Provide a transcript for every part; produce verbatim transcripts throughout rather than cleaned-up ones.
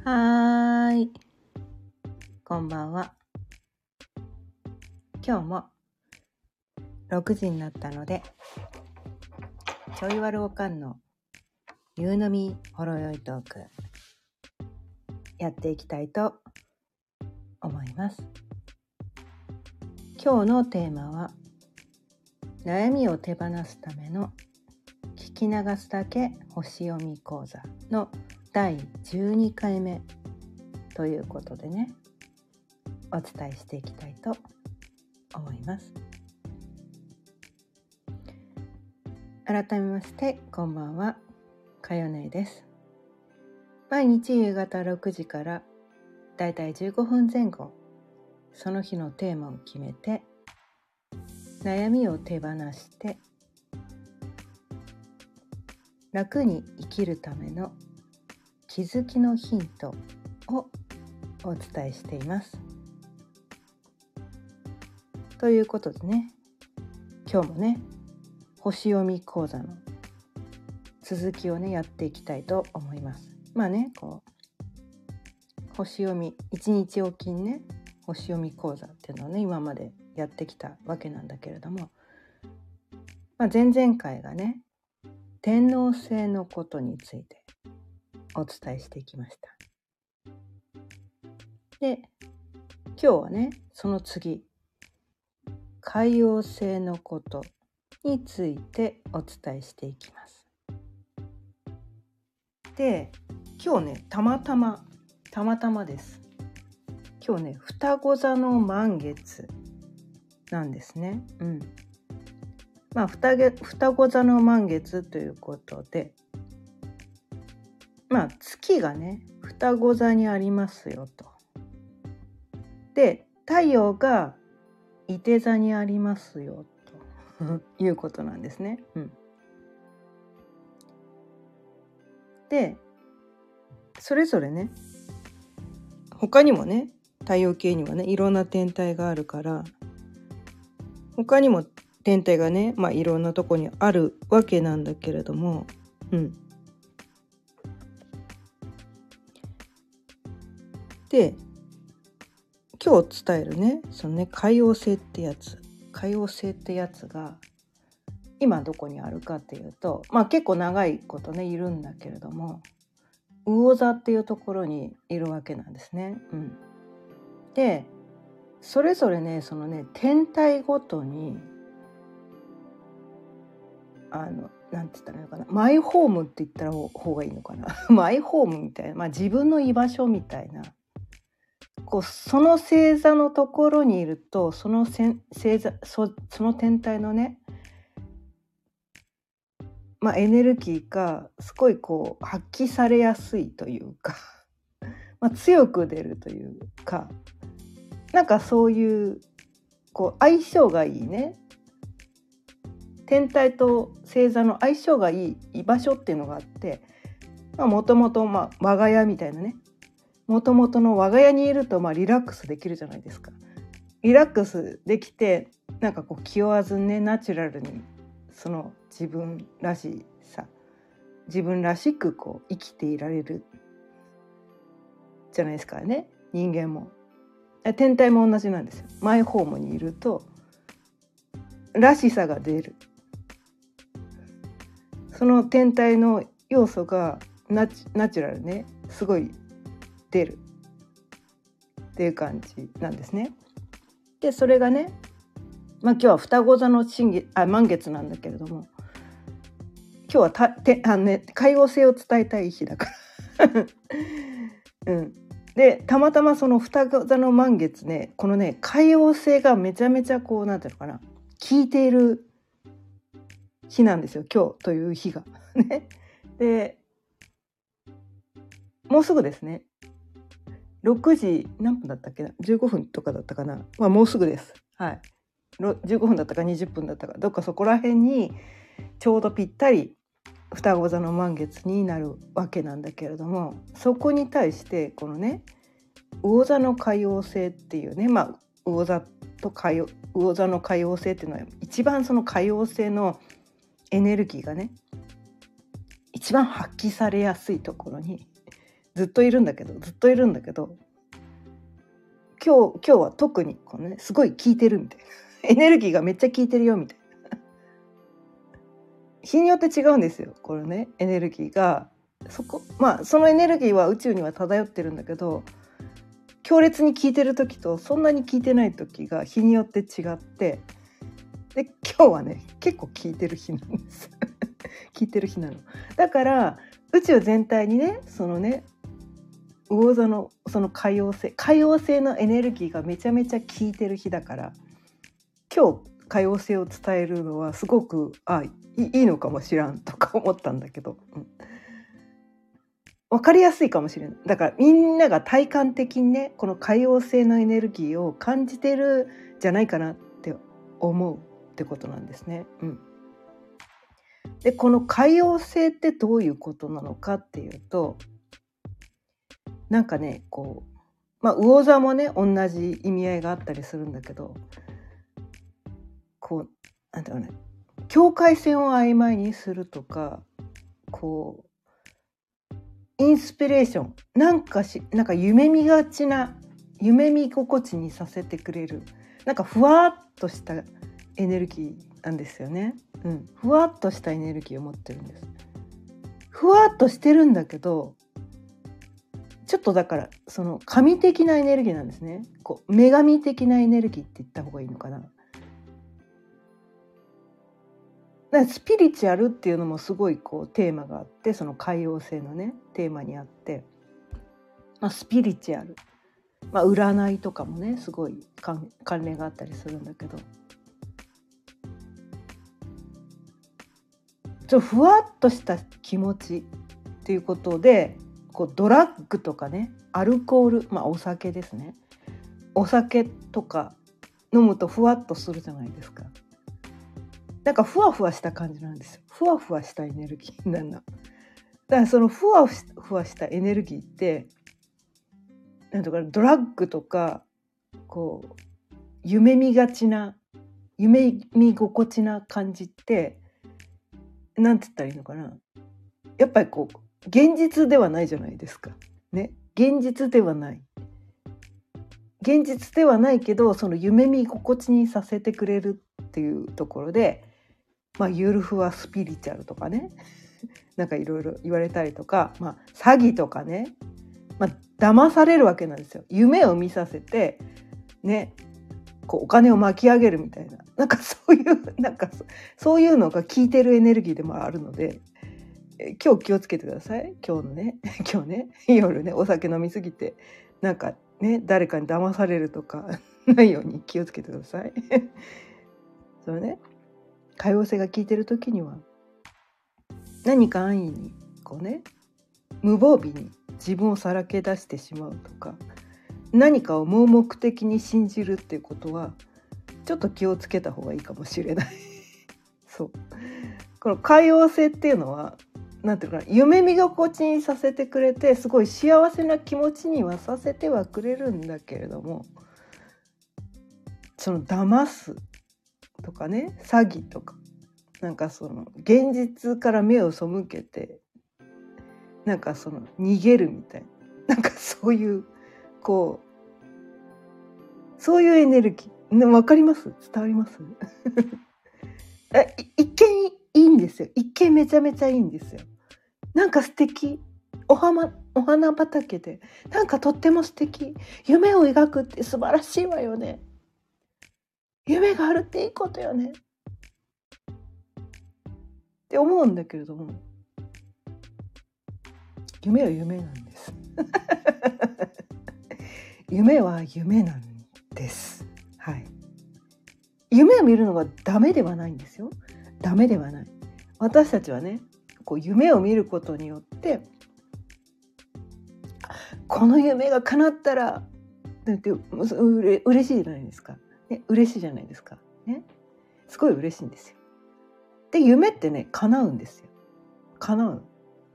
はーい、こんばんは。今日もろくじになったので、ちょいわるおかんの夕飲みほろよいトークやっていきたいと思います。今日のテーマは、悩みを手放すための聞き流すだけ星読み講座のだいじゅうにかいめということでね、お伝えしていきたいと思います。改めましてこんばんは、かよねです。毎日夕方ろくじからだいたいじゅうごふんぜん後、その日のテーマを決めて悩みを手放して楽に生きるための気づきのヒントをお伝えしています。ということでね、今日もね、星読み講座の続きをねやっていきたいと思います。まあね、こう星読みいちにちおきにね、星読み講座っていうのをね今までやってきたわけなんだけれども、まあ、前々回がね、天王星のことについてお伝えしていきました。で、今日はね、その次、海王星のことについてお伝えしていきます。で、今日ね、たまたまたまたまです今日ね、双子座の満月なんですね。うん。まあ双子、双子座の満月ということで、まあ月がね、双子座にありますよと。で、太陽がいて座にありますよということなんですね。うん。で、それぞれね、他にもね、太陽系にはね、いろんな天体があるから、他にも天体がね、まあいろんなとこにあるわけなんだけれども、うん。で、今日伝えるね、そのね、海王星ってやつ、海王星ってやつが今どこにあるかっていうと、まあ結構長いことねいるんだけれども、魚座っていうところにいるわけなんですね。うん。で、それぞれね、そのね、天体ごとにあのなんて言ったらいいのかな、マイホームって言ったら方がいいのかなマイホームみたいな、まあ自分の居場所みたいな、こうその星座のところにいると、その星座 そ, その天体のね、まあエネルギーがすごいこう発揮されやすいというかまあ強く出るというか、なんかそういうこう相性がいいね、天体と星座の相性がいい居場所っていうのがあって、もともと我が家みたいなね、もともとの我が家にいるとまあリラックスできるじゃないですか。リラックスできて、なんかこう気負わずね、ナチュラルにその自分らしさ、自分らしくこう生きていられるじゃないですかね。人間も天体も同じなんですよ。マイホームにいるとらしさが出る、その天体の要素がナチ、ナチュラルね、すごい出るっていう感じなんですね。で、それがね、まあ今日は双子座の新月あ満月なんだけれども、今日はたてあの、ね、海王星を伝えたい日だからうん。で、たまたまその双子座の満月ね、このね、海王星がめちゃめちゃこうなんていうのかな、効いている日なんですよ、今日という日がね。で、もうすぐですね、ろくじ何分だったっけな、じゅうごふんとかだったかな、まあもうすぐです。はい。じゅうごふんだったかにじゅっぷんだったか、どっかそこら辺にちょうどぴったり双子座の満月になるわけなんだけれども、そこに対してこのね、魚座の海王星っていうね、まあ魚座と海王魚座の海王星っていうのは一番その海王星のエネルギーがね一番発揮されやすいところにずっといるんだけどずっといるんだけど今日今日は特にこう、ね、すごい効いてるみたいなエネルギーがめっちゃ効いてるよみたいな日によって違うんですよこれねエネルギーがそこまあそのエネルギーは宇宙には漂ってるんだけど強烈に効いてる時とそんなに効いてない時が日によって違ってで今日はね結構効いてる日なんです効いてる日なのだから宇宙全体にねそのね魚座のその海王星海王星のエネルギーがめちゃめちゃ効いてる日だから今日海王星を伝えるのはすごくあいいいのかもしらんとか思ったんだけど、うん、分かりやすいかもしれないだからみんなが体感的にねこの海王星のエネルギーを感じてるんじゃないかなって思うってことなんですね、うん、でこの海王星ってどういうことなのかっていうとなんかねこうまあ魚座もね同じ意味合いがあったりするんだけどこうなんだろうね境界線を曖昧にするとかこうインスピレーションなんかしなんか夢見がちな夢見心地にさせてくれるなんかふわっとしたエネルギーなんですよね、うん、ふわっとしたエネルギーを持ってるんですふわっとしてるんだけどちょっとだからその神的なエネルギーなんですねこう女神的なエネルギーって言った方がいいのかなだからスピリチュアルっていうのもすごいこうテーマがあってその海王星のねテーマにあって、まあ、スピリチュアル、まあ、占いとかもねすごい関連があったりするんだけどちょっとふわっとした気持ちっていうことでこうドラッグとかねアルコール、まあ、お酒ですねお酒とか飲むとふわっとするじゃないですかなんかふわふわした感じなんですよふわふわしたエネルギーなんだだからそのふわふわしたエネルギーってなんとかドラッグとかこう夢見がちな夢見心地な感じってなんて言ったらいいのかなやっぱりこう現実ではないじゃないですかね現実ではない現実ではないけどその夢見心地にさせてくれるっていうところでまあゆるふわスピリチュアルとかねなんかいろいろ言われたりとか、まあ、詐欺とかね、まあ、騙されるわけなんですよ夢を見させてねこうお金を巻き上げるみたいななんかそういうなんかそういうのが効いてるエネルギーでもあるので今日気をつけてください今日のね今日ね夜ねお酒飲みすぎてなんかね誰かに騙されるとかないように気をつけてくださいそれね海王星が効いてる時には何か安易にこうね無防備に自分をさらけ出してしまうとか何かを盲目的に信じるっていうことはちょっと気をつけた方がいいかもしれないそうこの海王星っていうのはなんていうかな夢見心地にさせてくれてすごい幸せな気持ちにはさせてはくれるんだけれどもその騙すとかね詐欺とかなんかその現実から目を背けてなんかその逃げるみたいななんかそういうこうそういうエネルギーわかります伝わります一見いいんですよ一見めちゃめちゃいいんですよなんか素敵お花、お花畑でなんかとっても素敵夢を描くって素晴らしいわよね夢があるっていいことよねって思うんだけれども夢は夢なんです夢は夢なんですはい夢を見るのがダメではないんですよダメではない私たちはねこう夢を見ることによってこの夢が叶ったらだってうれ嬉しいじゃないですか、ね、嬉しいじゃないですか、ね、すごい嬉しいんですよで夢ってね叶うんですよ叶う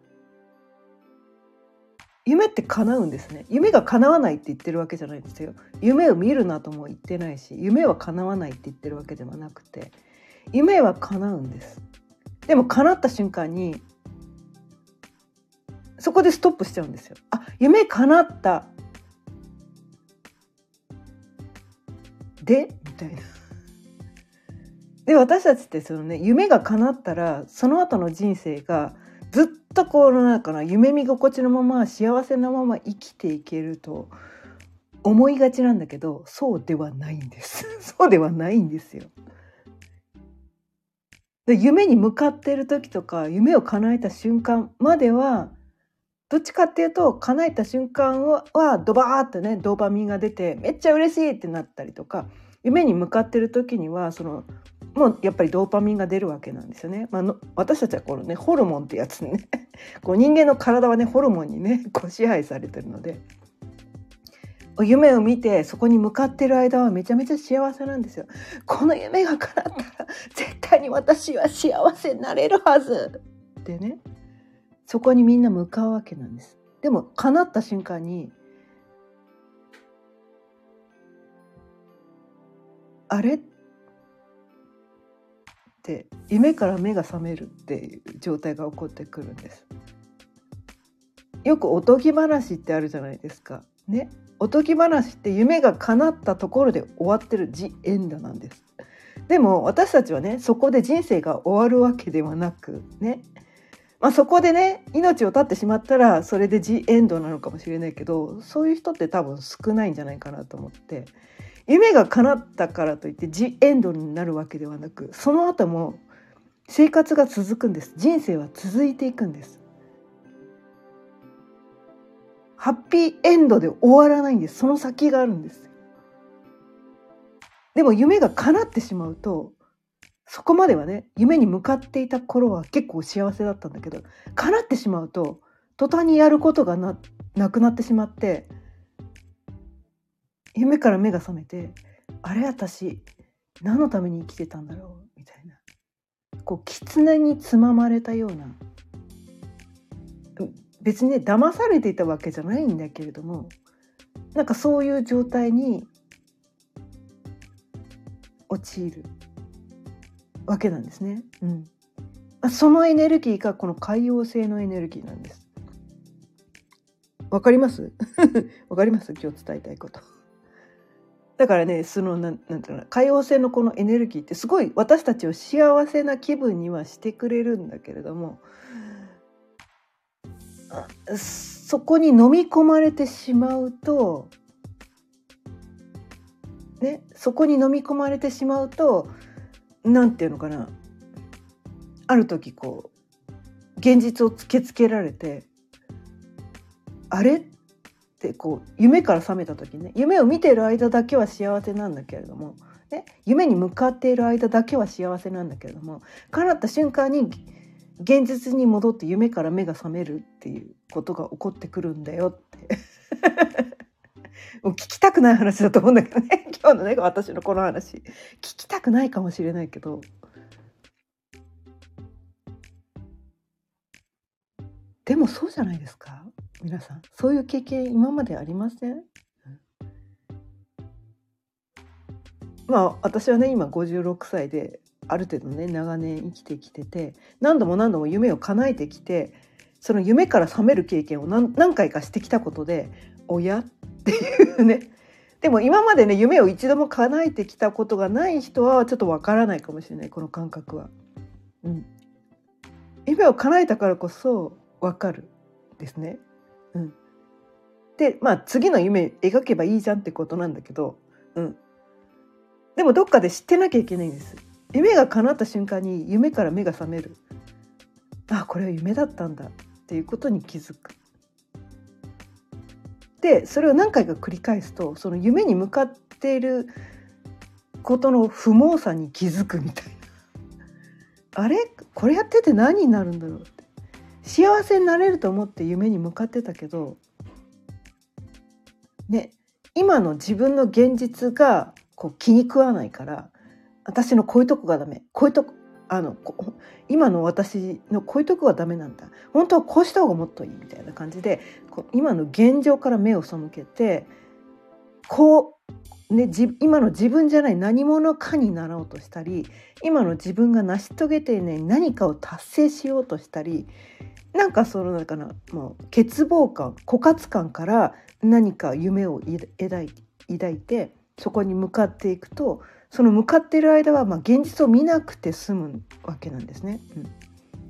夢って叶うんですね夢が叶わないって言ってるわけじゃないですよ夢を見るなとも言ってないし夢は叶わないって言ってるわけではなくて夢は叶うんですでも叶った瞬間にそこでストップしちゃうんですよ。あ、夢叶ったでみたいな。で私たちってそのね、夢が叶ったらその後の人生がずっとこうなんかな、夢見心地のまま幸せなまま生きていけると思いがちなんだけど、そうではないんですそうではないんですよ。で夢に向かっている時とか夢を叶えた瞬間まではどっちかっていうと、叶えた瞬間はドバーってね、ドーパミンが出てめっちゃ嬉しいってなったりとか、夢に向かってる時にはそのもうやっぱりドーパミンが出るわけなんですよね。まあ、の私たちはこのねホルモンってやつにねこう人間の体はねホルモンにねこう支配されてるので、夢を見てそこに向かってる間はめちゃめちゃ幸せなんですよ。この夢が叶ったら絶対に私は幸せになれるはずってね、そこにみんな向かうわけなんです。でも叶った瞬間にあれって夢から目が覚めるっていう状態が起こってくるんです。よくおとぎ話ってあるじゃないですかね。おとぎ話って夢が叶ったところで終わってるジエンドなんです。でも私たちはね、そこで人生が終わるわけではなくね、まあ、そこでね命を絶ってしまったらそれでジエンドなのかもしれないけど、そういう人って多分少ないんじゃないかなと思って、夢が叶ったからといってジエンドになるわけではなく、その後も生活が続くんです。人生は続いていくんです。ハッピーエンドで終わらないんです。その先があるんです。でも夢が叶ってしまうと、そこまではね、夢に向かっていた頃は結構幸せだったんだけど、叶ってしまうと途端にやることが な, なくなってしまって、夢から目が覚めて、あれ私何のために生きてたんだろうみたいな、こう狐につままれたような、別にね騙されていたわけじゃないんだけれども、なんかそういう状態に陥るわけなんですね。うん、そのエネルギーがこの海王星のエネルギーなんです。わかりますわかります今日伝えたいこと。だからね、そのなんなんていうの、海王星のこのエネルギーってすごい私たちを幸せな気分にはしてくれるんだけれども、そこに飲み込まれてしまうとね、そこに飲み込まれてしまうと、なんていうのかな、ある時こう現実を突きつけられて、あれってこう夢から覚めた時ね、夢を見ている間だけは幸せなんだけれども、ね、夢に向かっている間だけは幸せなんだけれども、叶った瞬間に現実に戻って夢から目が覚めるっていうことが起こってくるんだよってもう聞きたくない話だと思うんだけどね今日のね私のこの話聞きたくないかもしれないけど、でもそうじゃないですか皆さん。そういう経験今までありません？まあ私はね今ごじゅうろくさいである程度ね長年生きてきてて、何度も何度も夢を叶えてきて、その夢から覚める経験を 何, 何回かしてきたことで、おやっていうね。でも今までね夢を一度も叶えてきたことがない人はちょっとわからないかもしれない、この感覚は。うん、夢を叶えたからこそわかるですね。うん、でまあ次の夢描けばいいじゃんってことなんだけど、うん、でもどっかで知ってなきゃいけないんです。夢が叶った瞬間に夢から目が覚める。あ、これは夢だったんだっていうことに気づく。でそれを何回か繰り返すと、その夢に向かっていることの不毛さに気づくみたいな。あれこれやってて何になるんだろうって。幸せになれると思って夢に向かってたけどね、今の自分の現実がこう気に食わないから、私のこういうとこがダメ、こういうとこあの今の私のこういうとこがダメなんだ、本当はこうした方がもっといいみたいな感じで、こう今の現状から目を背けて、こう、ね、じ今の自分じゃない何者かになろうとしたり、今の自分が成し遂げていない何かを達成しようとしたり、 なんかそのなんかな、もう欠乏感、枯渇感から何か夢を抱い抱いてそこに向かっていくと、その向かっている間はまあ現実を見なくて済むわけなんですね、うん、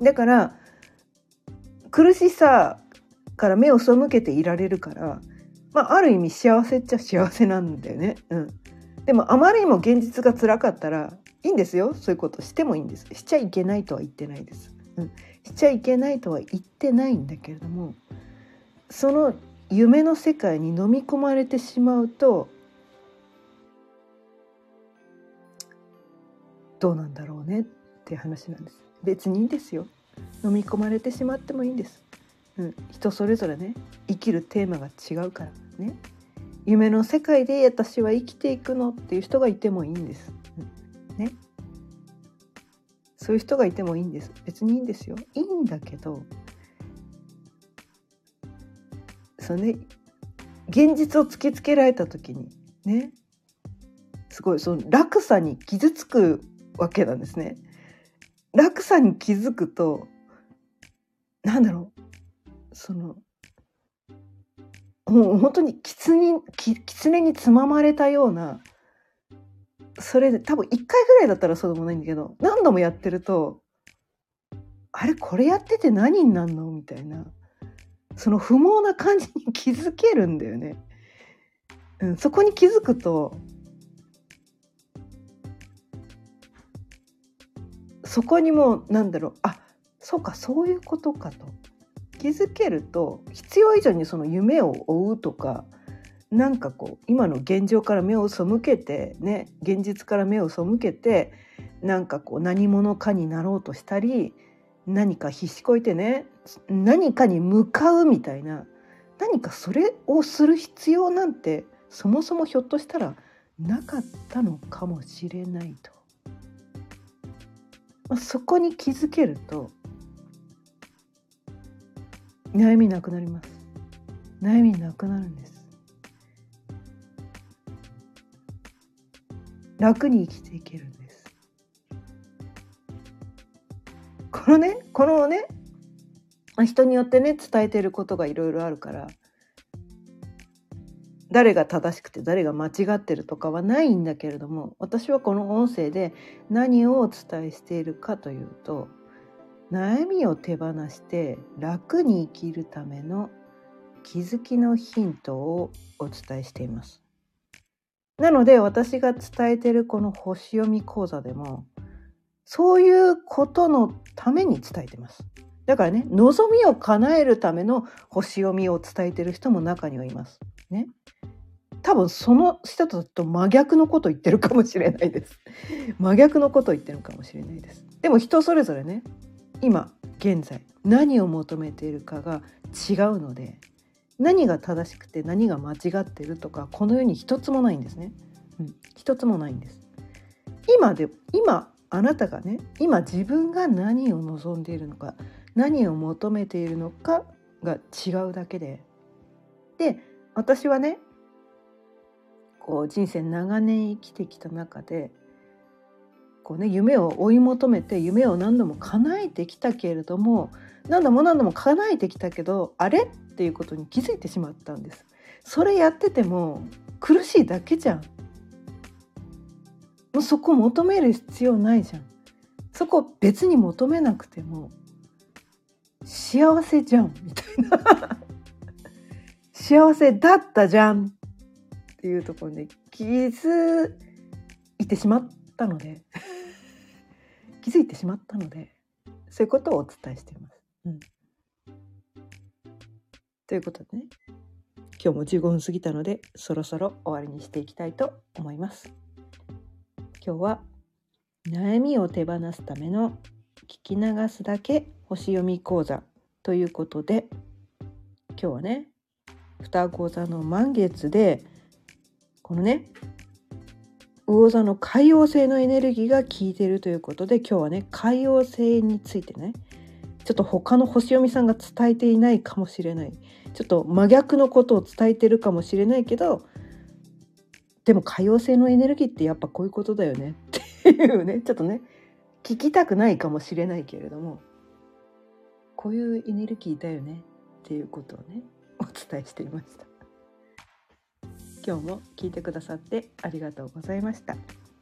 だから苦しさから目を背けていられるから、まあ、ある意味幸せっちゃ幸せなんだよね、うん、でもあまりにも現実が辛かったらいいんですよ、そういうことしてもいいんです。しちゃいけないとは言ってないです、うん、しちゃいけないとは言ってないんだけれども、その夢の世界に飲み込まれてしまうとどうなんだろうねっていう話なんです。別にいいんですよ、飲み込まれてしまってもいいんです、うん、人それぞれね、生きるテーマが違うからね。夢の世界で私は生きていくのっていう人がいてもいいんです、うん、ね、そういう人がいてもいいんです。別にいいんですよ、いいんだけど、そうね、現実を突きつけられた時にね、すごいその落差に傷つくわけなんですね。落差に気づくと、なんだろう、そのもう本当に狐に狐につままれたような、それで多分いっかいぐらいだったらそうでもないんだけど、何度もやってると、あれこれやってて何になんのみたいな、その不毛な感じに気づけるんだよね、うん、そこに気づくと、そこにもうなんだろう、あ、そうかそういうことかと気づけると、必要以上にその夢を追うとか、なんかこう今の現状から目を背けてね、現実から目を背けて、なんかこう何者かになろうとしたり、何か必死こいてね、何かに向かうみたいな、何かそれをする必要なんてそもそもひょっとしたらなかったのかもしれないと、まあ、そこに気づけると悩みなくなります。悩みなくなるんです。楽に生きていけるんです。このね、このね、人によってね、伝えていることがいろいろあるから、誰が正しくて誰が間違ってるとかはないんだけれども、私はこの音声で何をお伝えしているかというと、悩みを手放して楽に生きるための気づきのヒントをお伝えしています。なので私が伝えているこの星読み講座でもそういうことのために伝えてます。だからね、望みを叶えるための星読みを伝えている人も中にはいますね。多分その人と真逆のことを言ってるかもしれないです。真逆のことを言ってるかもしれないです。でも人それぞれね、今現在何を求めているかが違うので、何が正しくて何が間違ってるとかこの世に一つもないんですね、うん、一つもないんです。今で今あなたがね、今自分が何を望んでいるのか、何を求めているのかが違うだけで、で私はね、こう人生長年生きてきた中でこうね、夢を追い求めて夢を何度も叶えてきたけれども、何度も何度も叶えてきたけど、あれっていうことに気づいてしまったんです。それやってても苦しいだけじゃん。もうそこ求める必要ないじゃん。そこ別に求めなくても幸せじゃんみたいな幸せだったじゃんっていうところで気づいてしまったので気づいてしまったのでそういうことをお伝えしています、うん、ということでね、今日もじゅうごふん過ぎたのでそろそろ終わりにしていきたいと思います。今日は悩みを手放すための聞き流すだけ星読み講座ということで、今日はね、双子座の満月でこのね、魚座の海王星のエネルギーが効いているということで、今日はね、海王星についてね、ちょっと他の星読みさんが伝えていないかもしれない、ちょっと真逆のことを伝えてるかもしれないけど、でも海王星のエネルギーってやっぱこういうことだよねっていうね、ちょっとね、聞きたくないかもしれないけれども、 こういうエネルギーだよねっていうことをねお伝えしていました。今日も聞いてくださってありがとうございました。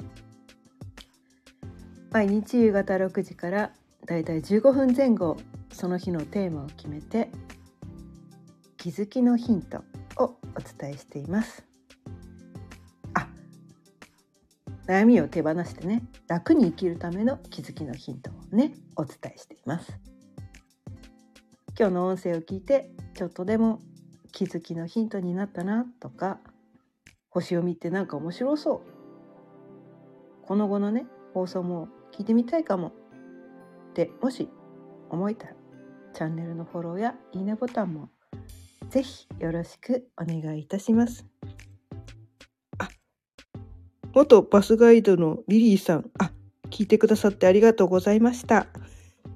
毎日夕方ろくじからだいたいじゅうごふんぜん後、その日のテーマを決めて気づきのヒントをお伝えしています。あ、悩みを手放してね、楽に生きるための気づきのヒントをねお伝えしています。今日の音声を聞いてちょっとでも気づきのヒントになったなとか、星を見てなんか面白そう、この後のね放送も聞いてみたいかもってもし思えたら、チャンネルのフォローやいいねボタンもぜひよろしくお願いいたします。あ、元バスガイドのリリーさん、あ、聞いてくださってありがとうございました。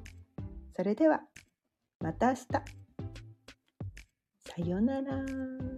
それではまた明日。さようなら。